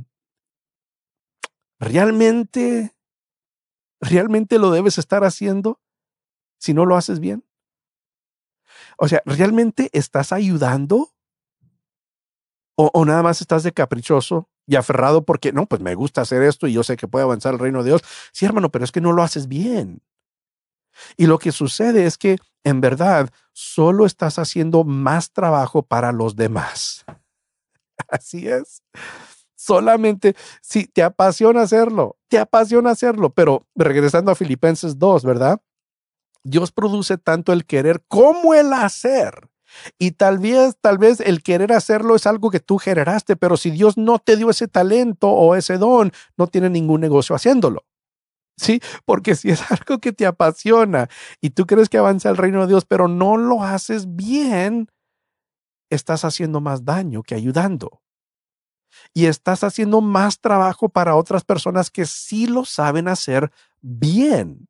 ¿realmente, realmente lo debes estar haciendo si no lo haces bien? O sea, ¿realmente estás ayudando? ¿O, o nada más estás de caprichoso y aferrado porque, no, pues me gusta hacer esto y yo sé que puede avanzar el reino de Dios. Sí, hermano, pero es que no lo haces bien. Y lo que sucede es que, en verdad, solo estás haciendo más trabajo para los demás. Así es. Solamente si te apasiona hacerlo, te apasiona hacerlo. Pero regresando a Filipenses dos, ¿verdad? Dios produce tanto el querer como el hacer. Y tal vez, tal vez el querer hacerlo es algo que tú generaste, pero si Dios no te dio ese talento o ese don, no tiene ningún negocio haciéndolo. Sí, porque si es algo que te apasiona y tú crees que avanza el reino de Dios, pero no lo haces bien, estás haciendo más daño que ayudando. Y estás haciendo más trabajo para otras personas que sí lo saben hacer bien.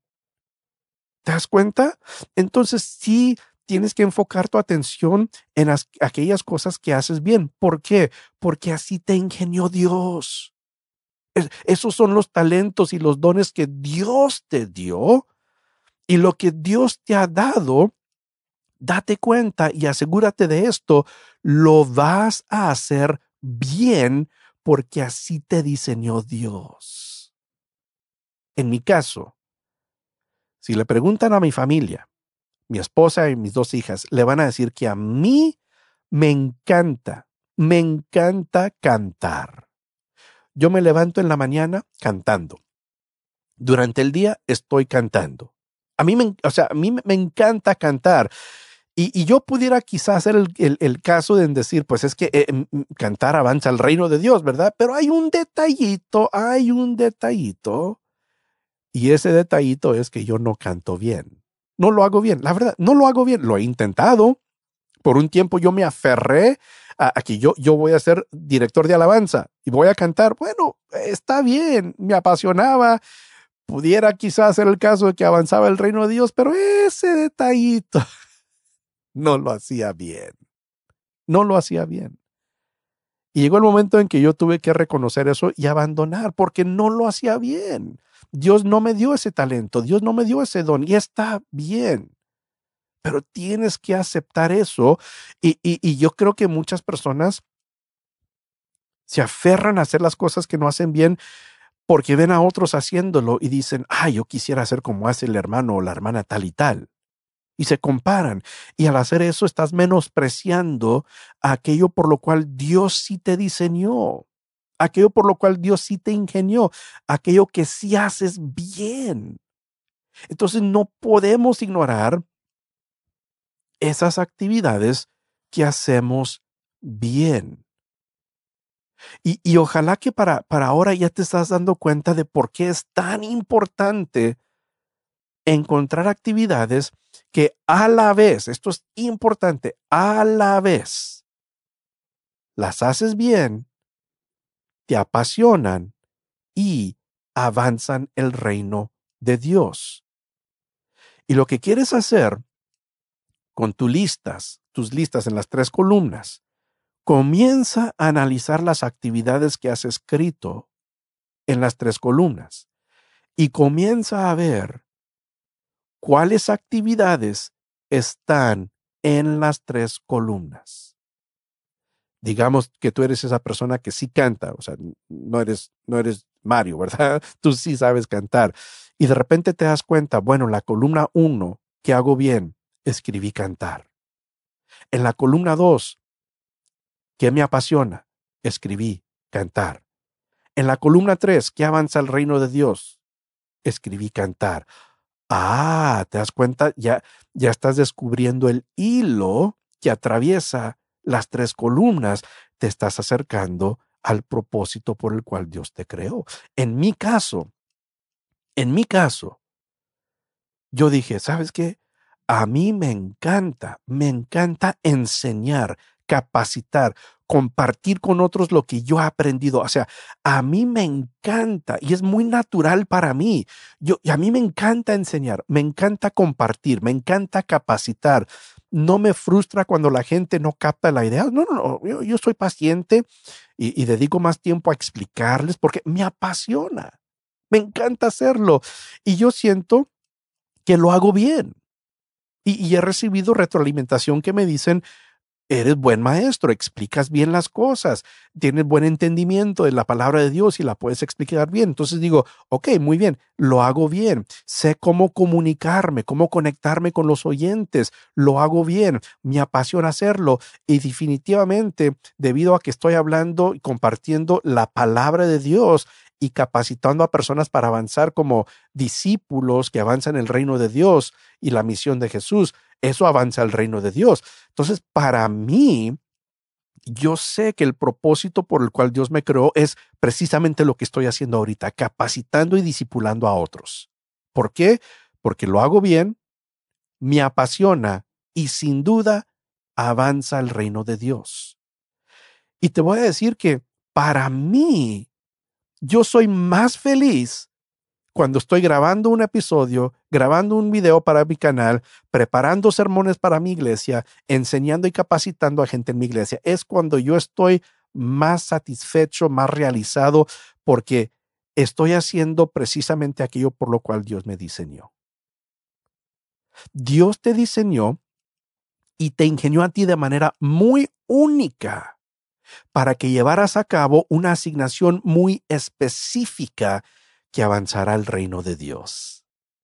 ¿Te das cuenta? Entonces sí tienes que enfocar tu atención en as- aquellas cosas que haces bien. ¿Por qué? Porque así te ingenió Dios. Es- esos son los talentos y los dones que Dios te dio. Y lo que Dios te ha dado, date cuenta y asegúrate de esto, lo vas a hacer bien porque así te diseñó Dios. En mi caso, si le preguntan a mi familia, mi esposa y mis dos hijas, le van a decir que a mí me encanta, me encanta cantar. Yo me levanto en la mañana cantando. Durante el día estoy cantando. A mí me, o sea, a mí me encanta cantar. Y, y yo pudiera quizás hacer el, el, el caso de decir, pues es que eh, cantar avanza al reino de Dios, ¿verdad? Pero hay un detallito, hay un detallito. Y ese detallito es que yo no canto bien. No lo hago bien, la verdad, no lo hago bien. Lo he intentado. Por un tiempo yo me aferré a, a que yo, yo voy a ser director de alabanza y voy a cantar. Bueno, está bien, me apasionaba. Pudiera quizás ser el caso de que avanzaba el reino de Dios, pero ese detallito no lo hacía bien. No lo hacía bien. Y llegó el momento en que yo tuve que reconocer eso y abandonar porque no lo hacía bien. Dios no me dio ese talento, Dios no me dio ese don y está bien. Pero tienes que aceptar eso y, y, y yo creo que muchas personas se aferran a hacer las cosas que no hacen bien porque ven a otros haciéndolo y dicen, ah, yo quisiera hacer como hace el hermano o la hermana tal y tal. Y se comparan. Y al hacer eso estás menospreciando aquello por lo cual Dios sí te diseñó, aquello por lo cual Dios sí te ingenió, aquello que sí haces bien. Entonces no podemos ignorar esas actividades que hacemos bien. Y, y ojalá que para, para ahora ya te estás dando cuenta de por qué es tan importante encontrar actividades que a la vez, esto es importante, a la vez las haces bien, te apasionan y avanzan el reino de Dios. Y lo que quieres hacer con tus listas, tus listas en las tres columnas, comienza a analizar las actividades que has escrito en las tres columnas y comienza a ver cuáles actividades están en las tres columnas. Digamos que tú eres esa persona que sí canta, o sea, no eres, no eres Mario, ¿verdad? Tú sí sabes cantar. Y de repente te das cuenta, bueno, la columna uno, ¿qué hago bien? Escribí cantar. En la columna dos, ¿qué me apasiona? Escribí cantar. En la columna tres, ¿qué avanza el reino de Dios? Escribí cantar. Ah, ¿te das cuenta? Ya, ya estás descubriendo el hilo que atraviesa las tres columnas. Te estás acercando al propósito por el cual Dios te creó. En mi caso, en mi caso, yo dije, ¿sabes qué? A mí me encanta, me encanta enseñar, capacitar, compartir con otros lo que yo he aprendido. O sea, a mí me encanta y es muy natural para mí. Yo, y a mí me encanta enseñar, me encanta compartir, me encanta capacitar. No me frustra cuando la gente no capta la idea. No, no, no. Yo, yo soy paciente y, y dedico más tiempo a explicarles porque me apasiona. Me encanta hacerlo. Y yo siento que lo hago bien. Y, y he recibido retroalimentación que me dicen, eres buen maestro, explicas bien las cosas, tienes buen entendimiento de la palabra de Dios y la puedes explicar bien. Entonces digo, ok, muy bien, lo hago bien, sé cómo comunicarme, cómo conectarme con los oyentes, lo hago bien, me apasiona hacerlo y definitivamente debido a que estoy hablando y compartiendo la palabra de Dios y capacitando a personas para avanzar como discípulos que avanzan el reino de Dios y la misión de Jesús, eso avanza el reino de Dios. Entonces, para mí, yo sé que el propósito por el cual Dios me creó es precisamente lo que estoy haciendo ahorita, capacitando y discipulando a otros. ¿Por qué? Porque lo hago bien, me apasiona y sin duda avanza el reino de Dios. Y te voy a decir que para mí, yo soy más feliz cuando estoy grabando un episodio, grabando un video para mi canal, preparando sermones para mi iglesia, enseñando y capacitando a gente en mi iglesia. Es cuando yo estoy más satisfecho, más realizado, porque estoy haciendo precisamente aquello por lo cual Dios me diseñó. Dios te diseñó y te ingenió a ti de manera muy única para que llevaras a cabo una asignación muy específica que avanzará al reino de Dios.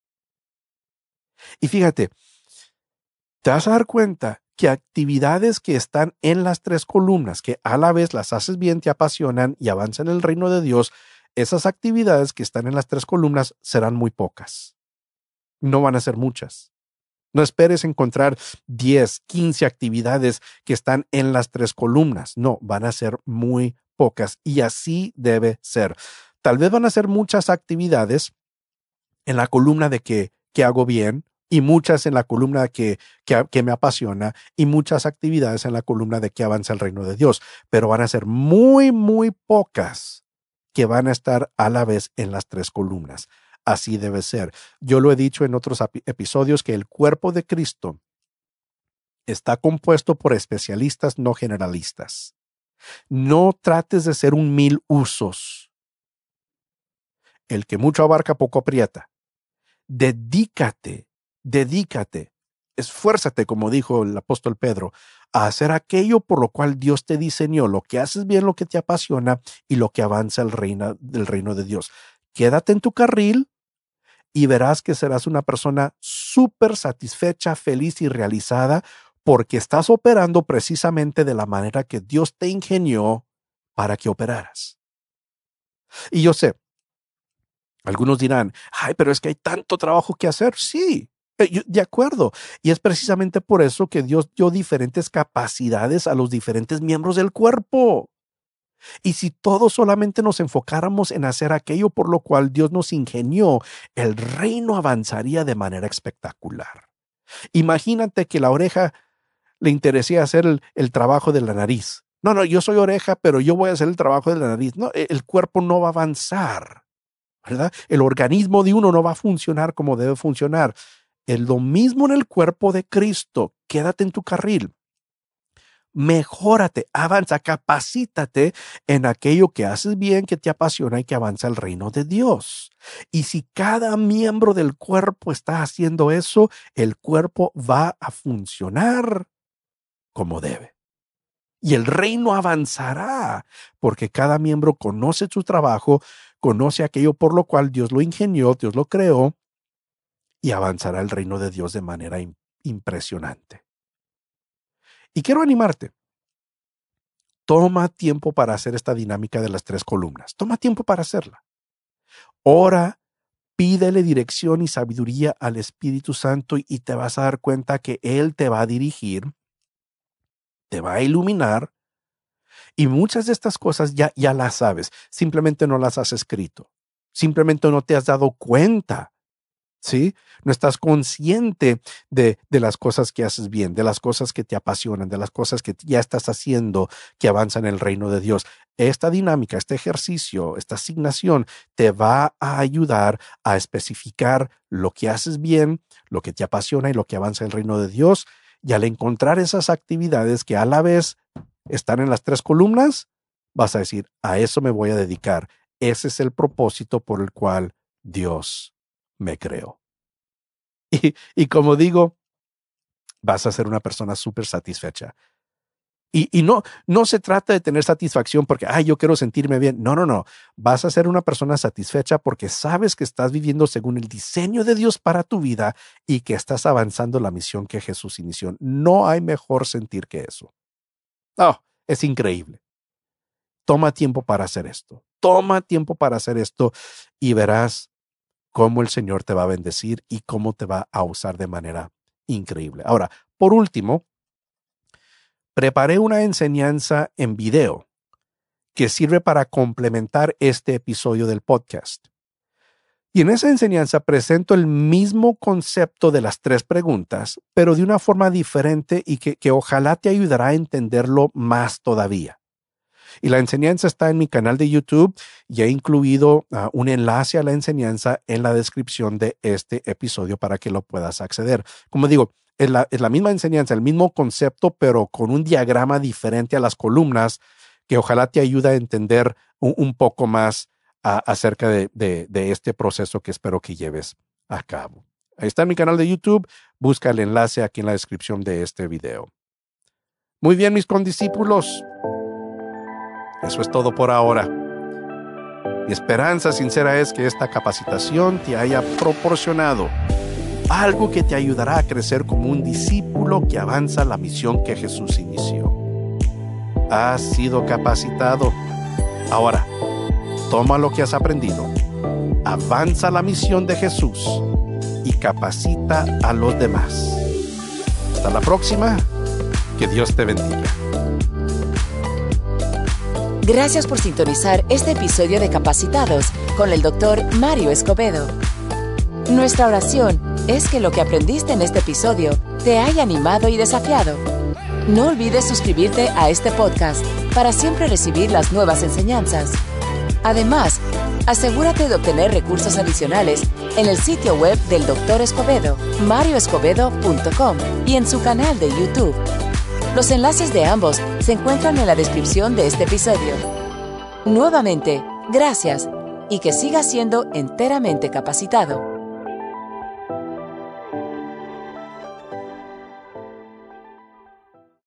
Y fíjate, te vas a dar cuenta que actividades que están en las tres columnas, que a la vez las haces bien, te apasionan y avanzan en el reino de Dios, esas actividades que están en las tres columnas serán muy pocas. No van a ser muchas. No esperes encontrar diez, quince actividades que están en las tres columnas. No, van a ser muy pocas y así debe ser. Tal vez van a ser muchas actividades en la columna de que, que hago bien y muchas en la columna que, que, que me apasiona y muchas actividades en la columna de que avanza el reino de Dios, pero van a ser muy, muy pocas que van a estar a la vez en las tres columnas. Así debe ser. Yo lo he dicho en otros episodios que el cuerpo de Cristo está compuesto por especialistas, no generalistas. No trates de ser un mil usos. El que mucho abarca, poco aprieta. Dedícate, dedícate, esfuérzate, como dijo el apóstol Pedro, a hacer aquello por lo cual Dios te diseñó, lo que haces bien, lo que te apasiona y lo que avanza el reino, del reino de Dios. Quédate en tu carril y verás que serás una persona súper satisfecha, feliz y realizada porque estás operando precisamente de la manera que Dios te ingenió para que operaras. Y yo sé, algunos dirán, ay, pero es que hay tanto trabajo que hacer. Sí, de acuerdo. Y es precisamente por eso que Dios dio diferentes capacidades a los diferentes miembros del cuerpo. Y si todos solamente nos enfocáramos en hacer aquello por lo cual Dios nos ingenió, el reino avanzaría de manera espectacular. Imagínate que la oreja le interesé hacer el, el trabajo de la nariz. No, no, yo soy oreja, pero yo voy a hacer el trabajo de la nariz. No, el cuerpo no va a avanzar, ¿verdad? El organismo de uno no va a funcionar como debe funcionar. Es lo mismo en el cuerpo de Cristo. Quédate en tu carril. Mejórate, avanza, capacítate en aquello que haces bien, que te apasiona y que avanza el reino de Dios. Y si cada miembro del cuerpo está haciendo eso, el cuerpo va a funcionar como debe. Y el reino avanzará, porque cada miembro conoce su trabajo, conoce aquello por lo cual Dios lo ingenió, Dios lo creó, y avanzará el reino de Dios de manera impresionante. Y quiero animarte. Toma tiempo para hacer esta dinámica de las tres columnas. Toma tiempo para hacerla. Ora, pídele dirección y sabiduría al Espíritu Santo y te vas a dar cuenta que Él te va a dirigir, te va a iluminar y muchas de estas cosas ya, ya las sabes. Simplemente no las has escrito. Simplemente no te has dado cuenta. ¿Sí? No estás consciente de, de las cosas que haces bien, de las cosas que te apasionan, de las cosas que ya estás haciendo que avanzan en el reino de Dios. Esta dinámica, este ejercicio, esta asignación te va a ayudar a especificar lo que haces bien, lo que te apasiona y lo que avanza en el reino de Dios. Y al encontrar esas actividades que a la vez están en las tres columnas, vas a decir, a eso me voy a dedicar. Ese es el propósito por el cual Dios me creo. Y, y como digo, vas a ser una persona súper satisfecha. Y, y no, no se trata de tener satisfacción porque, ay, yo quiero sentirme bien. No, no, no. Vas a ser una persona satisfecha porque sabes que estás viviendo según el diseño de Dios para tu vida y que estás avanzando la misión que Jesús inició. No hay mejor sentir que eso. Oh, es increíble. Toma tiempo para hacer esto. Toma tiempo para hacer esto y verás cómo el Señor te va a bendecir y cómo te va a usar de manera increíble. Ahora, por último, preparé una enseñanza en video que sirve para complementar este episodio del podcast. Y en esa enseñanza presento el mismo concepto de las tres preguntas, pero de una forma diferente y que, que ojalá te ayudará a entenderlo más todavía. Y la enseñanza está en mi canal de YouTube y he incluido uh, un enlace a la enseñanza en la descripción de este episodio para que lo puedas acceder. Como digo, es la, es la misma enseñanza, el mismo concepto, pero con un diagrama diferente a las columnas que ojalá te ayude a entender un, un poco más uh, acerca de, de, de este proceso que espero que lleves a cabo. Ahí está en mi canal de YouTube. Busca el enlace aquí en la descripción de este video. Muy bien, mis condiscípulos. Eso es todo por ahora. Mi esperanza sincera es que esta capacitación te haya proporcionado algo que te ayudará a crecer como un discípulo que avanza la misión que Jesús inició. Has sido capacitado. Ahora, toma lo que has aprendido, avanza la misión de Jesús y capacita a los demás. Hasta la próxima. Que Dios te bendiga. Gracias por sintonizar este episodio de Capacitados con el doctor Mario Escobedo. Nuestra oración es que lo que aprendiste en este episodio te haya animado y desafiado. No olvides suscribirte a este podcast para siempre recibir las nuevas enseñanzas. Además, asegúrate de obtener recursos adicionales en el sitio web del doctor Escobedo, mario escobedo punto com, y en su canal de YouTube. Los enlaces de ambos se encuentran en la descripción de este episodio. Nuevamente, gracias y que sigas siendo enteramente capacitado.